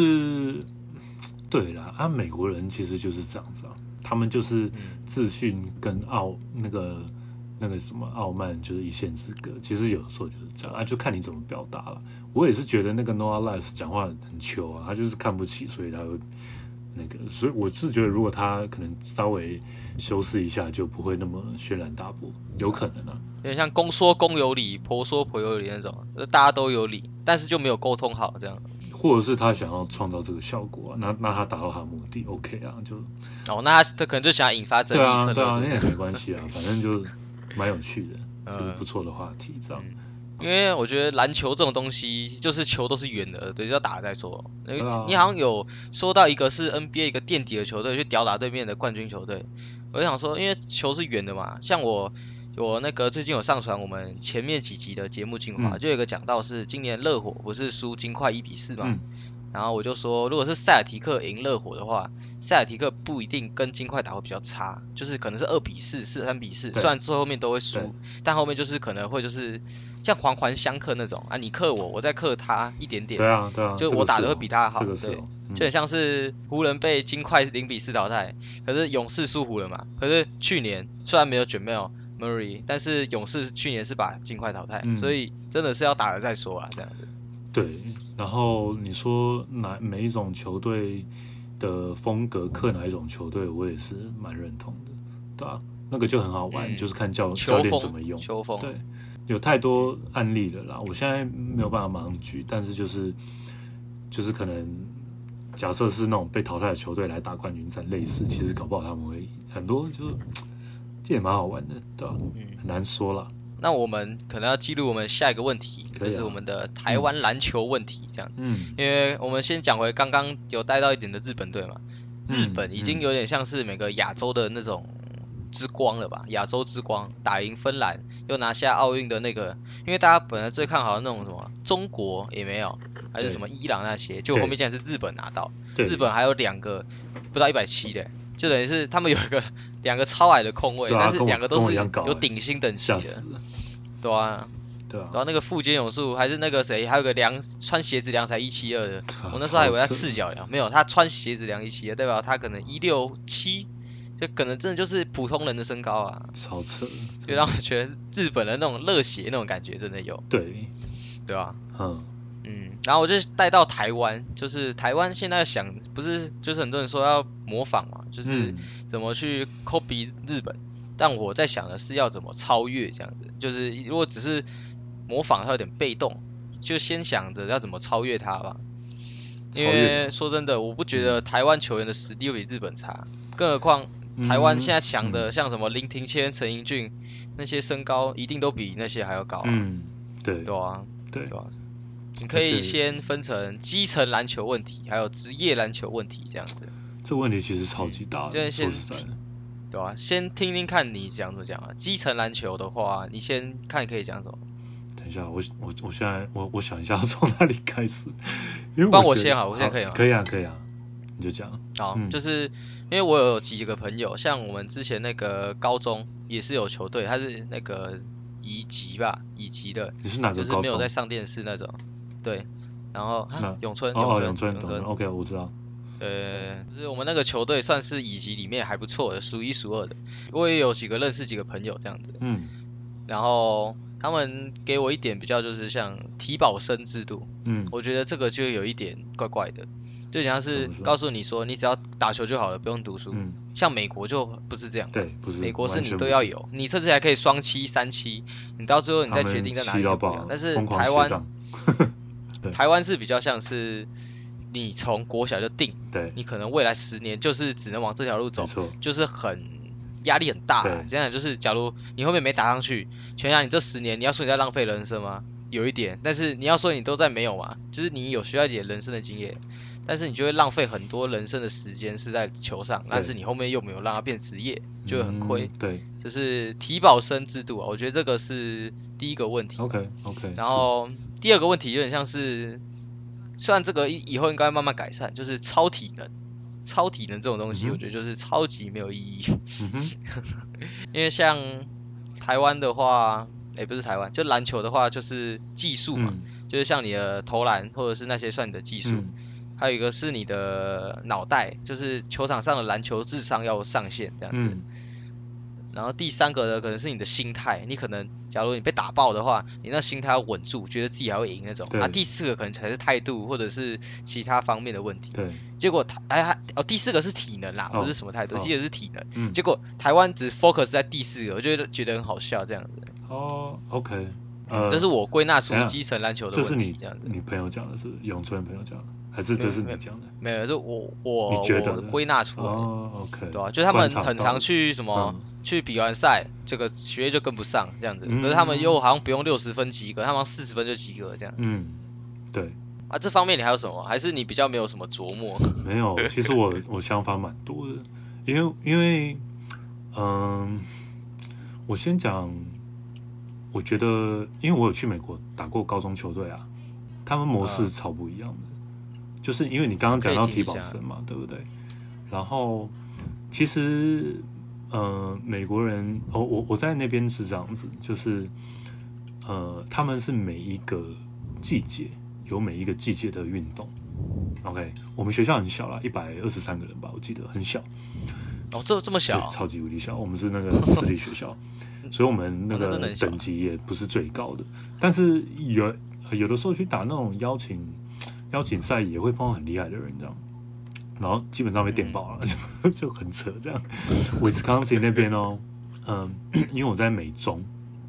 [SPEAKER 2] 对啦，啊，美国人其实就是这样子啊，他们就是自信跟傲那个那个什么傲慢就是一线之隔。其实有的时候就是这样啊，就看你怎么表达了。我也是觉得那个 Noah Lyles 讲话很糗啊，他就是看不起，所以他会那个，所以我是觉得如果他可能稍微修饰一下，就不会那么轩然大波，有可能啊。
[SPEAKER 1] 有点像公说公有理，婆说婆有理那种，就是大家都有理，但是就没有沟通好这样。
[SPEAKER 2] 或者是他想要创造这个效果、啊，那那他达到他的目的 ，OK 啊，就
[SPEAKER 1] 哦，那他可能就想引发争议。
[SPEAKER 2] 对啊，对啊，那也没关系啊，反正就蛮有趣的，是不错的话题，这样、
[SPEAKER 1] 嗯。因为我觉得篮球这种东西，就是球都是圆的，对，要打了再说。啊、你好像有说到一个是 N B A 一个垫底的球队去吊打对面的冠军球队，我就想说，因为球是圆的嘛，像我。我那个最近有上传我们前面几集的节目精华、嗯，就有一个讲到是今年热火不是输金块一比四嘛、嗯，然后我就说如果是塞尔提克赢热火的话，塞尔提克不一定跟金块打会比较差，就是可能是二比四、四三比四，虽然最后面都会输，但后面就是可能会就是像环环相克那种啊，你克我，我再克他一点点，
[SPEAKER 2] 对啊对啊，
[SPEAKER 1] 就我打的会比他好，
[SPEAKER 2] 这个
[SPEAKER 1] 对，嗯、就很像是湖人被金块零比四淘汰，可是勇士输湖人嘛，可是去年虽然没有卷没有。Murray， 但是勇士去年是把金块淘汰、嗯，所以真的是要打了再说啊，这样子。
[SPEAKER 2] 对，然后你说哪每一种球队的风格克哪一种球队，我也是蛮认同的，对啊，那个就很好玩，嗯、就是看教教练怎么用。
[SPEAKER 1] 球风，
[SPEAKER 2] 对， 有太多案例了啦，我现在没有办法马上举，但是就是就是可能假设是那种被淘汰的球队来打冠军战，类似，其实搞不好他们会很多就，这也蛮好玩的，对吧？嗯，很难说啦。
[SPEAKER 1] 那我们可能要记录我们下一个问题，啊、就是我们的台湾篮球问题，这样。嗯，因为我们先讲回刚刚有带到一点的日本队嘛，日本已经有点像是每个亚洲的那种之光了吧？亚洲之光，打赢芬兰，又拿下奥运的那个，因为大家本来最看好的那种什么中国也没有，还是什么伊朗那些，就后面竟然是日本拿到，日本还有两个不到一百七的。就等于是他们有一个两个超矮的控卫，啊、但是两个都是有顶薪等级的，对啊，对啊。然后那个富坚勇树还是那个谁，还有个量穿鞋子量才一七二的，啊、我那时候还以为他赤脚量，没有，他穿鞋子量一七二，代表他可能一六七，就可能真的就是普通人的身高啊，
[SPEAKER 2] 超扯，
[SPEAKER 1] 就让我觉得日本的那种热血那种感觉真的有，
[SPEAKER 2] 对，
[SPEAKER 1] 对吧、
[SPEAKER 2] 啊？嗯。
[SPEAKER 1] 嗯，然后我就带到台湾，就是台湾现在想不是，就是很多人说要模仿嘛，就是怎么去 copy 日本，嗯、但我在想的是要怎么超越这样子，就是如果只是模仿，它有点被动，就先想着要怎么超越它吧。因为说真的，我不觉得台湾球员的实力会比日本差，更何况台湾现在强的像什么林庭谦、陈英俊那些身高一定都比那些还要高啊。
[SPEAKER 2] 嗯，对，
[SPEAKER 1] 对啊，
[SPEAKER 2] 对，
[SPEAKER 1] 对啊。你可以先分成基层篮球问题，还有职业篮球问题这样子。
[SPEAKER 2] 这问题其实超级大的，嗯、说实在的，
[SPEAKER 1] 对吧、啊？先听听看你讲怎么讲啊。基层篮球的话，你先看可以讲什么？
[SPEAKER 2] 等一下，我我我现在我我想一下从哪里开始，因为
[SPEAKER 1] 帮我先好，我先可以吗？
[SPEAKER 2] 可以啊，可以啊，你就讲。
[SPEAKER 1] 好，嗯、就是因为我有几个朋友，像我们之前那个高中也是有球队，他是那个乙级吧，乙级的，
[SPEAKER 2] 你是哪个高中？
[SPEAKER 1] 就是没有在上电视那种。对，然后永春，
[SPEAKER 2] 哦，
[SPEAKER 1] 永春，
[SPEAKER 2] 永春，
[SPEAKER 1] 永春
[SPEAKER 2] ，OK， 我知道。
[SPEAKER 1] 呃，就是我们那个球队算是乙级里面还不错的，数一数二的。我也有几个认识几个朋友这样子，嗯，然后他们给我一点比较就是像体保生制度，嗯，我觉得这个就有一点怪怪的，就像是告诉你说你只要打球就好了，不用读书。嗯，像美国就不是这样，
[SPEAKER 2] 对，不是，
[SPEAKER 1] 美国是你都要有，你甚至还可以双七、三七，你到最后你再决定在哪里就不一样。但是台湾。台湾是比较像是你从国小就定，
[SPEAKER 2] 对，
[SPEAKER 1] 你可能未来十年就是只能往这条路走，就是很压力很大啦。这样就是，假如你后面没打上去，全家你这十年你要说你在浪费人生吗？有一点，但是你要说你都在没有嘛，就是你有需要一点人生的经验，但是你就会浪费很多人生的时间是在球上，但是你后面又没有让它变职业，就会很亏。
[SPEAKER 2] 嗯、对，
[SPEAKER 1] 就是体保生制度啊，我觉得这个是第一个问题。
[SPEAKER 2] OK OK，
[SPEAKER 1] 然后。第二个问题有点像是，虽然这个以后应该慢慢改善，就是超体能，超体能这种东西，我觉得就是超级没有意义。嗯、因为像台湾的话，哎、欸，不是台湾，就篮球的话就是技术嘛，嗯、就是像你的投篮或者是那些算你的技术，嗯、还有一个是你的脑袋，就是球场上的篮球智商要上限这样子。嗯，然后第三个呢，可能是你的心态，你可能假如你被打爆的话，你那心态要稳住，觉得自己还会赢那种。啊，第四个可能才是态度或者是其他方面的问题。
[SPEAKER 2] 对。
[SPEAKER 1] 结果台哎哦，第四个是体能啦，哦、不是什么态度，记得是体能。
[SPEAKER 2] 嗯。
[SPEAKER 1] 结果台湾只 focus 在第四个，我觉得觉得很好笑这样子。
[SPEAKER 2] 哦 ，OK， 呃，
[SPEAKER 1] 这是我归纳出基层篮球的问题，
[SPEAKER 2] 这样子。你朋友讲的是永春朋友讲的，还是这是你讲的？
[SPEAKER 1] 没有，就我我
[SPEAKER 2] 你觉得
[SPEAKER 1] 我归纳出来。
[SPEAKER 2] 哦 ，OK，
[SPEAKER 1] 对啊，就是他们很常去什么。嗯去比完赛，这个学业就跟不上这样子，嗯、可是他们又好像不用六十分及格，他们四十分就及格这样。
[SPEAKER 2] 嗯，对。
[SPEAKER 1] 啊，这方面你还有什么？还是你比较没有什么琢磨？
[SPEAKER 2] 没有，其实我我想法蛮多的，因为因为嗯，我先讲，我觉得，因为我有去美国打过高中球队啊，他们模式超不一样的，嗯、就是因为你刚刚讲到体保生嘛，对不对？然后其实。呃，美国人哦，我我在那边是这样子，就是呃，他们是每一个季节有每一个季节的运动。OK， 我们学校很小啦，一百二十三个人吧，我记得很小。
[SPEAKER 1] 哦，这这么小、啊？
[SPEAKER 2] 超级无敌小。我们是那个私立学校，所以我们那个等级也不是最高的。但是有有的时候去打那种邀请邀请赛，也会碰到很厉害的人，这样。然后基本上被电爆了，嗯、就, 就很扯这样。威斯康星那边哦，嗯，因为我在美中，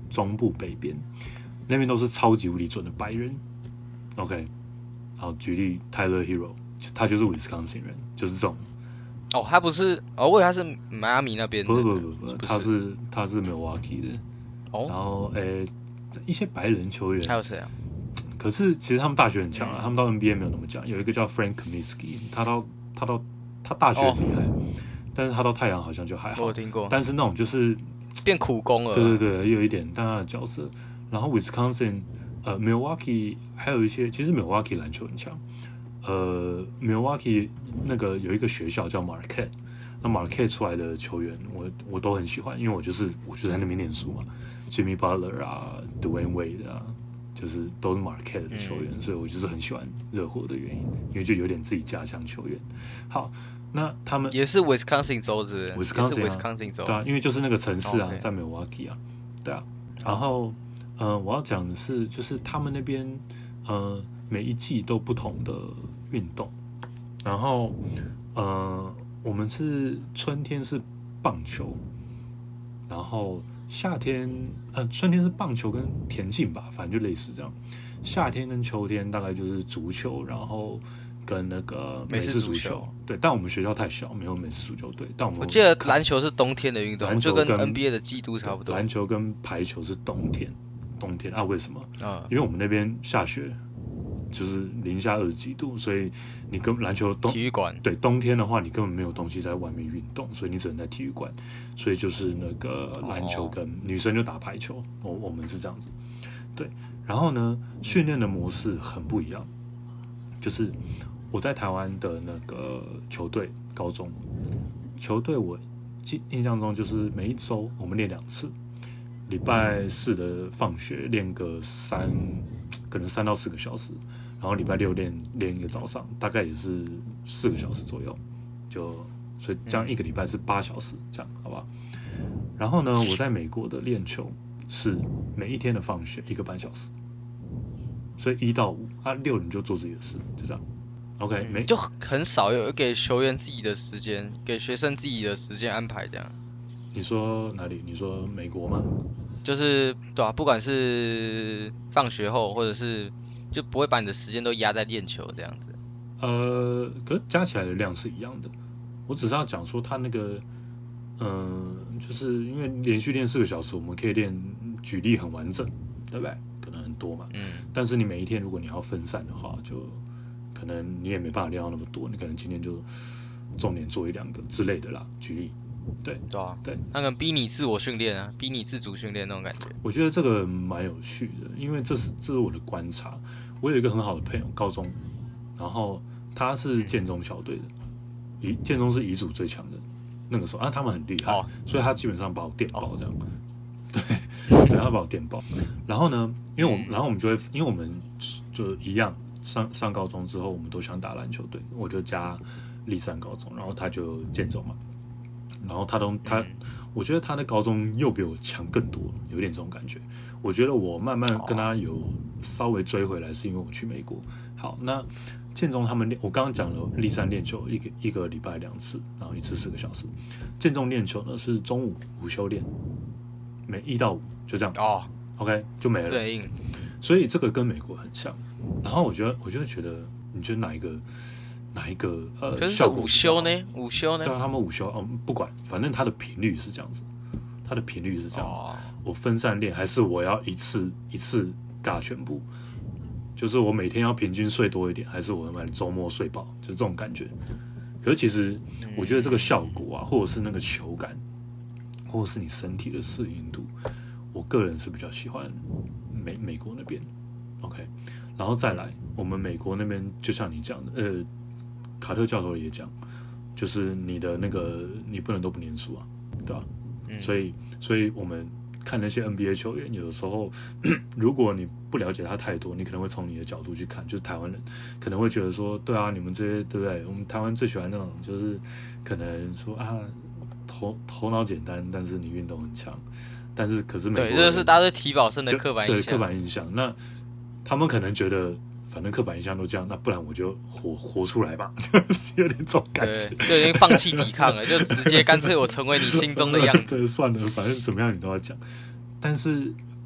[SPEAKER 2] 中部北边，那边都是超级无敌准的白人。OK， 好，举例 Tyler Hero， 他就是 Wisconsin 人，就是这种。
[SPEAKER 1] 哦，他不是，哦，我以为他是迈阿密那边的。
[SPEAKER 2] 不不不不，他是他是 Milwaukee 的。
[SPEAKER 1] 哦。
[SPEAKER 2] 然后诶，一些白人球员。
[SPEAKER 1] 还有谁啊？
[SPEAKER 2] 可是其实他们大学很强啊，嗯、他们到 N B A 没有那么强。有一个叫 Frank Kaminsky， 他到他到他大学很厉害，哦、但是他到太阳好像就还好。
[SPEAKER 1] 我听过。
[SPEAKER 2] 但是那种就是
[SPEAKER 1] 变苦工了。
[SPEAKER 2] 对对对，有一点，但他的角色。然后 Wisconsin， 呃 ，Milwaukee 还有一些，其实 Milwaukee 篮球很强。呃 ，Milwaukee 那个有一个学校叫 Marquette， 那 Marquette 出来的球员我我都很喜欢，因为我就是我就在那边念书嘛 ，Jimmy Butler 啊 ，Dwayne Wade 啊。就是都是 Marquette 的球员、嗯，所以我就是很喜欢热火的原因，因为就有点自己家乡球员。好，那他们
[SPEAKER 1] 也是 Wisconsin 州的
[SPEAKER 2] ，Wisconsin
[SPEAKER 1] 啊 ，Wisconsin 州，
[SPEAKER 2] 对啊，因为就是那个城市啊，
[SPEAKER 1] oh, okay.
[SPEAKER 2] 在 Milwaukee 啊，对啊。然后，呃，我要讲的是，就是他们那边，呃，每一季都不同的运动。然后，呃，我们是春天是棒球，然后。夏天，呃，春天是棒球跟田径吧，反正就类似这样。夏天跟秋天大概就是足球，然后跟那个美式足球。对，但我们学校太小，没有美式足球队。但我们
[SPEAKER 1] 我记得篮球是冬天的运动，就跟 N B A 的季度差不多。
[SPEAKER 2] 篮球跟排球是冬天，冬天啊？为什么？
[SPEAKER 1] 啊，
[SPEAKER 2] 因为我们那边下雪。就是零下二十几度，所以你跟篮球冬
[SPEAKER 1] 体育馆
[SPEAKER 2] 对冬天的话，你根本没有东西在外面运动，所以你只能在体育馆。所以就是那个篮球跟女生就打排球，我我们是这样子。对，然后呢，训练的模式很不一样。就是我在台湾的那个球队，高中球队，我印象中就是每一周我们练两次，礼拜四的放学练个三，可能三到四个小时。然后礼拜六练练一个早上，大概也是四个小时左右，就所以这样一个礼拜是八小时，这样好不好？然后呢，我在美国的练球是每一天的放学一个半小时，所以一到五啊六你就做自己的事，就这样。OK， 没、
[SPEAKER 1] 嗯、就很少有给球员自己的时间，给学生自己的时间安排这样。
[SPEAKER 2] 你说哪里？你说美国吗？
[SPEAKER 1] 就是对啊，不管是放学后，或者是就不会把你的时间都压在练球这样子。
[SPEAKER 2] 呃，可是加起来的量是一样的。我只是要讲说他那个，嗯、呃，就是因为连续练四个小时，我们可以练举例很完整，对不对？可能很多嘛。
[SPEAKER 1] 嗯。但
[SPEAKER 2] 是你每一天如果你要分散的话，就可能你也没办法练到那么多。你可能今天就重点做一两个之类的啦。举例。对
[SPEAKER 1] 对啊，
[SPEAKER 2] 对，
[SPEAKER 1] 那个逼你自我训练啊，逼你自主训练那种感觉。
[SPEAKER 2] 我觉得这个蛮有趣的，因为这是这是我的观察。我有一个很好的朋友，高中，然后他是建中小队的，乙建中是乙组最强的那个时候啊，他们很厉害、哦，所以他基本上把我电爆这样。哦、对，对，他把我电爆。然后呢，因为我们，然后我们就会，因为我们就一样，上上高中之后，我们都想打篮球队，我就加立山高中，然后他就建中嘛。然后他都他，我觉得他的高中又比我强更多，有点这种感觉。我觉得我慢慢跟他有稍微追回来，是因为我去美国。好，那建中他们练，我刚刚讲了立山练球，一个一个礼拜两次，然后一次四个小时。建中练球呢是中午午休练，每一到五就这样。
[SPEAKER 1] 哦
[SPEAKER 2] ，OK 就没了。
[SPEAKER 1] 对，
[SPEAKER 2] 所以这个跟美国很像。然后我觉得，我就觉得，你觉得哪一个？哪一个呃？
[SPEAKER 1] 可是是午休呢？午休呢？
[SPEAKER 2] 对啊，他们午休哦，不管，反正它的频率是这样子，它的频率是这样子。哦、我分散练，还是我要一次一次尬全部？就是我每天要平均睡多一点，还是我们周末睡饱？就这种感觉。可是其实我觉得这个效果啊，或者是那个球感，或者是你身体的适应度，我个人是比较喜欢美美国那边。OK， 然后再来，我们美国那边就像你讲的，呃。卡特教头也讲，就是你的那个你不能都不念书啊，对吧、嗯？所以，所以我们看那些 N B A 球员，有的时候如果你不了解他太多，你可能会从你的角度去看，就是台湾人可能会觉得说，对啊，你们这些对不对？我们台湾最喜欢那种，就是可能说啊，头头脑简单，但是你运动很强，但是可是美国人
[SPEAKER 1] 对，这是大家对体保生的刻板印象，
[SPEAKER 2] 对刻板印象。那他们可能觉得。反正刻板印象都这样，那不然我就活活出来吧，就是有点这种感觉，
[SPEAKER 1] 就已经放弃抵抗了，就直接干脆我成为你心中的样子。
[SPEAKER 2] 对，算了，反正怎么样你都要讲。但是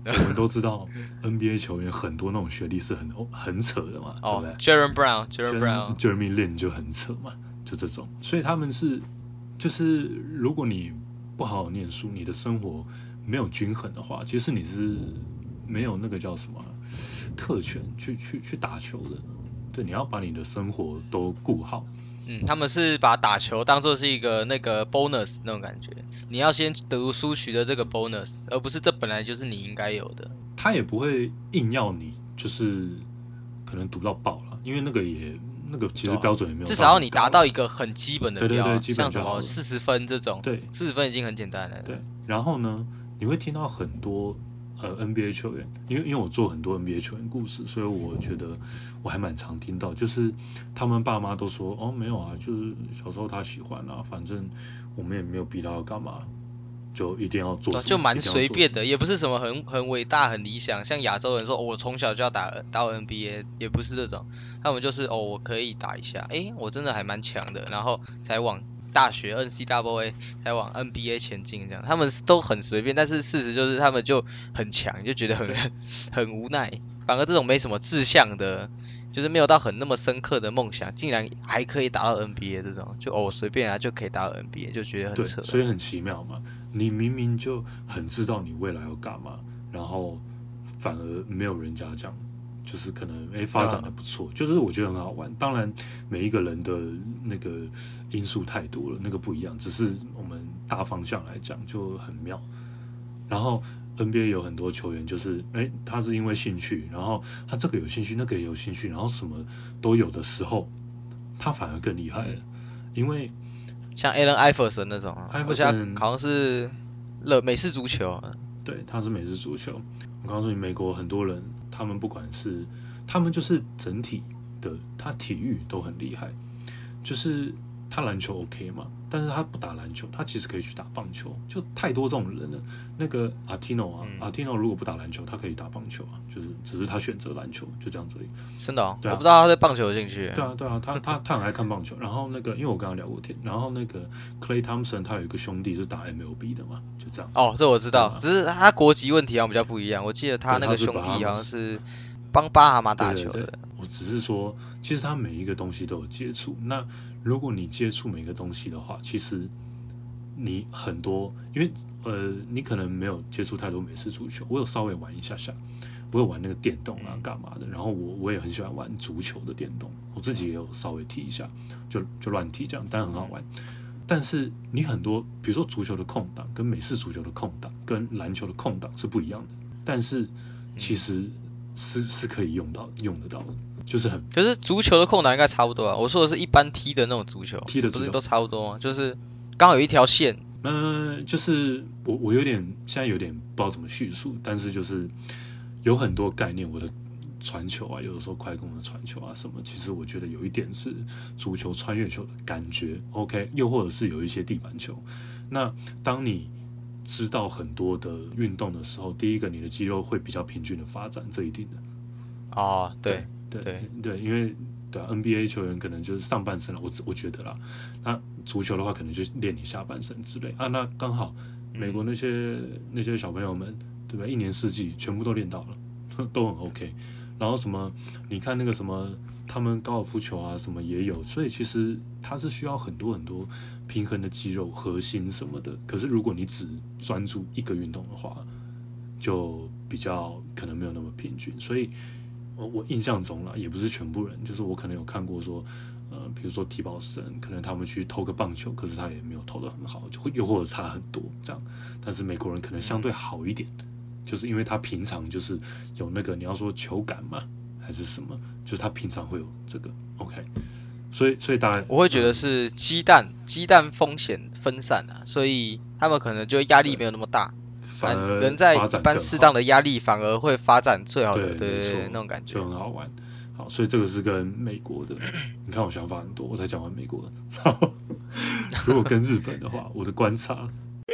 [SPEAKER 2] 我们都知道 N B A 球员很多那种学历是很很扯的嘛，
[SPEAKER 1] 哦、
[SPEAKER 2] 对不对
[SPEAKER 1] ？Jaren Brown，Jaren
[SPEAKER 2] Brown，Jeremy Lin 就很扯嘛，就这种。所以他们是，就是如果你不好好念书，你的生活没有均衡的话，其实你是没有那个叫什么特权去去去打球的。对，你要把你的生活都顾好。
[SPEAKER 1] 嗯，他们是把打球当作是一个那个 bonus 那种感觉，你要先读书取得这个 bonus， 而不是这本来就是你应该有的。
[SPEAKER 2] 他也不会硬要你就是可能读到爆了，因为那个也那个其实标准也没有，
[SPEAKER 1] 至少要你达到一个很基本的标，
[SPEAKER 2] 对对对，基本
[SPEAKER 1] 像什么四十分这种，
[SPEAKER 2] 对，
[SPEAKER 1] 四十分已经很简单了。
[SPEAKER 2] 对，然后呢，你会听到很多。呃 ，N B A 球员，因为因为我做很多 N B A 球员故事，所以我觉得我还蛮常听到，就是他们爸妈都说，哦，没有啊，就是小时候他喜欢啊，反正我们也没有逼他要干嘛，就一定要做什么，
[SPEAKER 1] 就蛮随便的，也不是什么很很伟大、很理想，像亚洲人说，哦、我从小就要打打 N B A， 也不是这种，他们就是哦，我可以打一下，哎，我真的还蛮强的，然后才往大学 N C A A 才往 N B A 前进，这样他们都很随便，但是事实就是他们就很强，就觉得很很无奈。反而这种没什么志向的，就是没有到很那么深刻的梦想，竟然还可以打到 N B A 这种，就哦随便啊就可以打到 N B A， 就觉得很扯。
[SPEAKER 2] 对，所以很奇妙嘛。你明明就很知道你未来要干嘛，然后反而没有人家这样。就是可能哎发展的不错，就是我觉得很好玩。当然每一个人的那个因素太多了，那个不一样。只是我们大方向来讲就很妙。然后 N B A 有很多球员就是哎他是因为兴趣，然后他这个有兴趣，那个也有兴趣，然后什么都有的时候，他反而更厉害了。因为
[SPEAKER 1] 像 Allen Iverson 那种，我觉得好像是美式足球。
[SPEAKER 2] 对，他是美式足球。我告诉你，美国很多人，他们不管是他们就是整体的，他体育都很厉害。就是他篮球 OK 嘛，但是他不打篮球，他其实可以去打棒球。就太多这种人了。那个 Artino 啊、嗯、，Artino 如果不打篮球，他可以打棒球啊，就是只是他选择篮球，就这样子而已。
[SPEAKER 1] 真的、哦
[SPEAKER 2] 对啊，
[SPEAKER 1] 我不知道他对棒球有兴趣。
[SPEAKER 2] 对啊，对啊，他他他很爱看棒球。然后那个，因为我跟他聊过天，然后那个 Klay Thompson 他有一个兄弟是打 M L B 的嘛，就这样。
[SPEAKER 1] 哦，这我知道，只是他国籍问题好像比较不一样。我记得他那个兄弟好像是帮巴哈马打球的。
[SPEAKER 2] 对对对，我只是说，其实他每一个东西都有接触。那如果你接触每个东西的话，其实你很多，因为呃，你可能没有接触太多美式足球，我有稍微玩一下下。我有玩那个电动啊，干嘛的？然后我我也很喜欢玩足球的电动，我自己也有稍微踢一下，就就乱踢这样，但很好玩。但是你很多，比如说足球的空档跟美式足球的空档跟篮球的空档是不一样的，但是其实是是可以用到用得到的，就是很。
[SPEAKER 1] 可是足球的空档应该差不多啊，我说的是一般踢的那种足球，
[SPEAKER 2] 踢的足球
[SPEAKER 1] 不是都差不多吗？就是刚好有一条线。
[SPEAKER 2] 嗯、呃，就是我我有点现在有点不知道怎么叙述，但是就是。有很多概念，我的传球啊，有的时候快攻的传球啊什么，其实我觉得有一点是足球穿越球的感觉 ，OK， 又或者是有一些地板球。那当你知道很多的运动的时候，第一个你的肌肉会比较平均的发展，这一定的。
[SPEAKER 1] 哦，对
[SPEAKER 2] 对对 对, 对，因为对啊 ，N B A 球员可能就是上半身了，我我觉得啦，那足球的话可能就练你下半身之类啊，那刚好美国那些、嗯、那些小朋友们。对吧？一年四季全部都练到了，都很 OK。然后什么，你看那个什么，他们高尔夫球啊，什么也有。所以其实它是需要很多很多平衡的肌肉、核心什么的。可是如果你只专注一个运动的话，就比较可能没有那么平均。所以我我印象中啦，也不是全部人，就是我可能有看过说，呃，比如说体保生，可能他们去投个棒球，可是他也没有投得很好，就会又或者差很多这样。但是美国人可能相对好一点。嗯就是因为他平常就是有那个你要说球感嘛还是什么，就是他平常会有这个 OK， 所以所以大概
[SPEAKER 1] 我会觉得是鸡蛋鸡蛋风险分散啊，所以他们可能就压力没有那么大，
[SPEAKER 2] 反而
[SPEAKER 1] 人在一般适当的压力反而会发展最好的，
[SPEAKER 2] 对
[SPEAKER 1] 对对对，那种感觉
[SPEAKER 2] 就很好玩。好，所以这个是跟美国的，你看我想法很多，我才讲完美国的。如果跟日本的话，我的观察。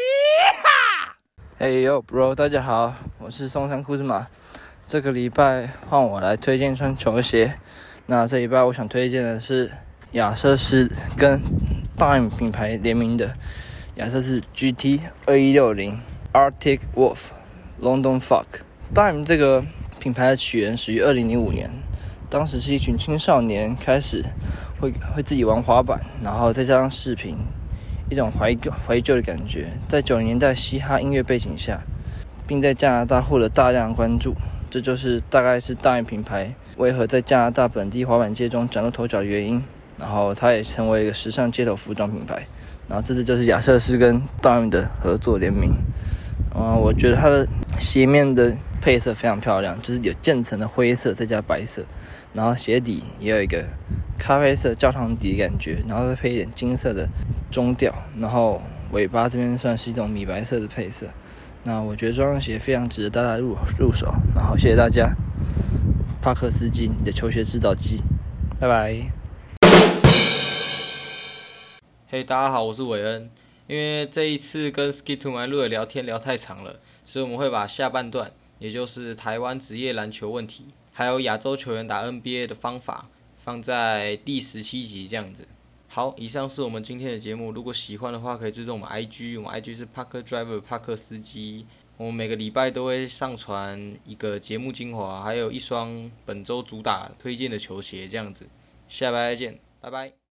[SPEAKER 3] Hey yo bro， 大家好，我是松山库兹马。这个礼拜换我来推荐一双球鞋。那这礼拜我想推荐的是亚瑟士跟 Dime 品牌联名的亚瑟士 G T 二一六零 Arctic Wolf London Fog Dime 这个品牌的起源始于二零零五年，当时是一群青少年开始会会自己玩滑板，然后再加上视频，一种怀旧怀旧的感觉，在九零年代嘻哈音乐背景下，并在加拿大获得大量的关注，这就是大概是Dime品牌为何在加拿大本地滑板界中崭露头角的原因。然后它也成为一个时尚街头服装品牌。然后这次就是亚瑟士跟Dime的合作联名。呃，我觉得它的鞋面的配色非常漂亮，就是有渐层的灰色再加白色，然后鞋底也有一个咖啡色焦糖底的感觉，然后再配一点金色的中调，然后尾巴这边算是一种米白色的配色。那我觉得这双鞋非常值得大家入入手，然后谢谢大家，帕克斯基，你的球鞋制造机，拜拜。
[SPEAKER 1] 嘿、hey, 大家好，我是韦恩。因为这一次跟 Skip to My Lou 的聊天聊太长了，所以我们会把下半段，也就是台湾职业篮球问题，还有亚洲球员打 N B A 的方法，放在第十七集这样子。好，以上是我们今天的节目。如果喜欢的话，可以追踪我们 I G， 我们 I G 是 Parker Driver 帕克司机。我们每个礼拜都会上传一个节目精华，还有一双本周主打推荐的球鞋这样子。下礼拜再见，拜拜。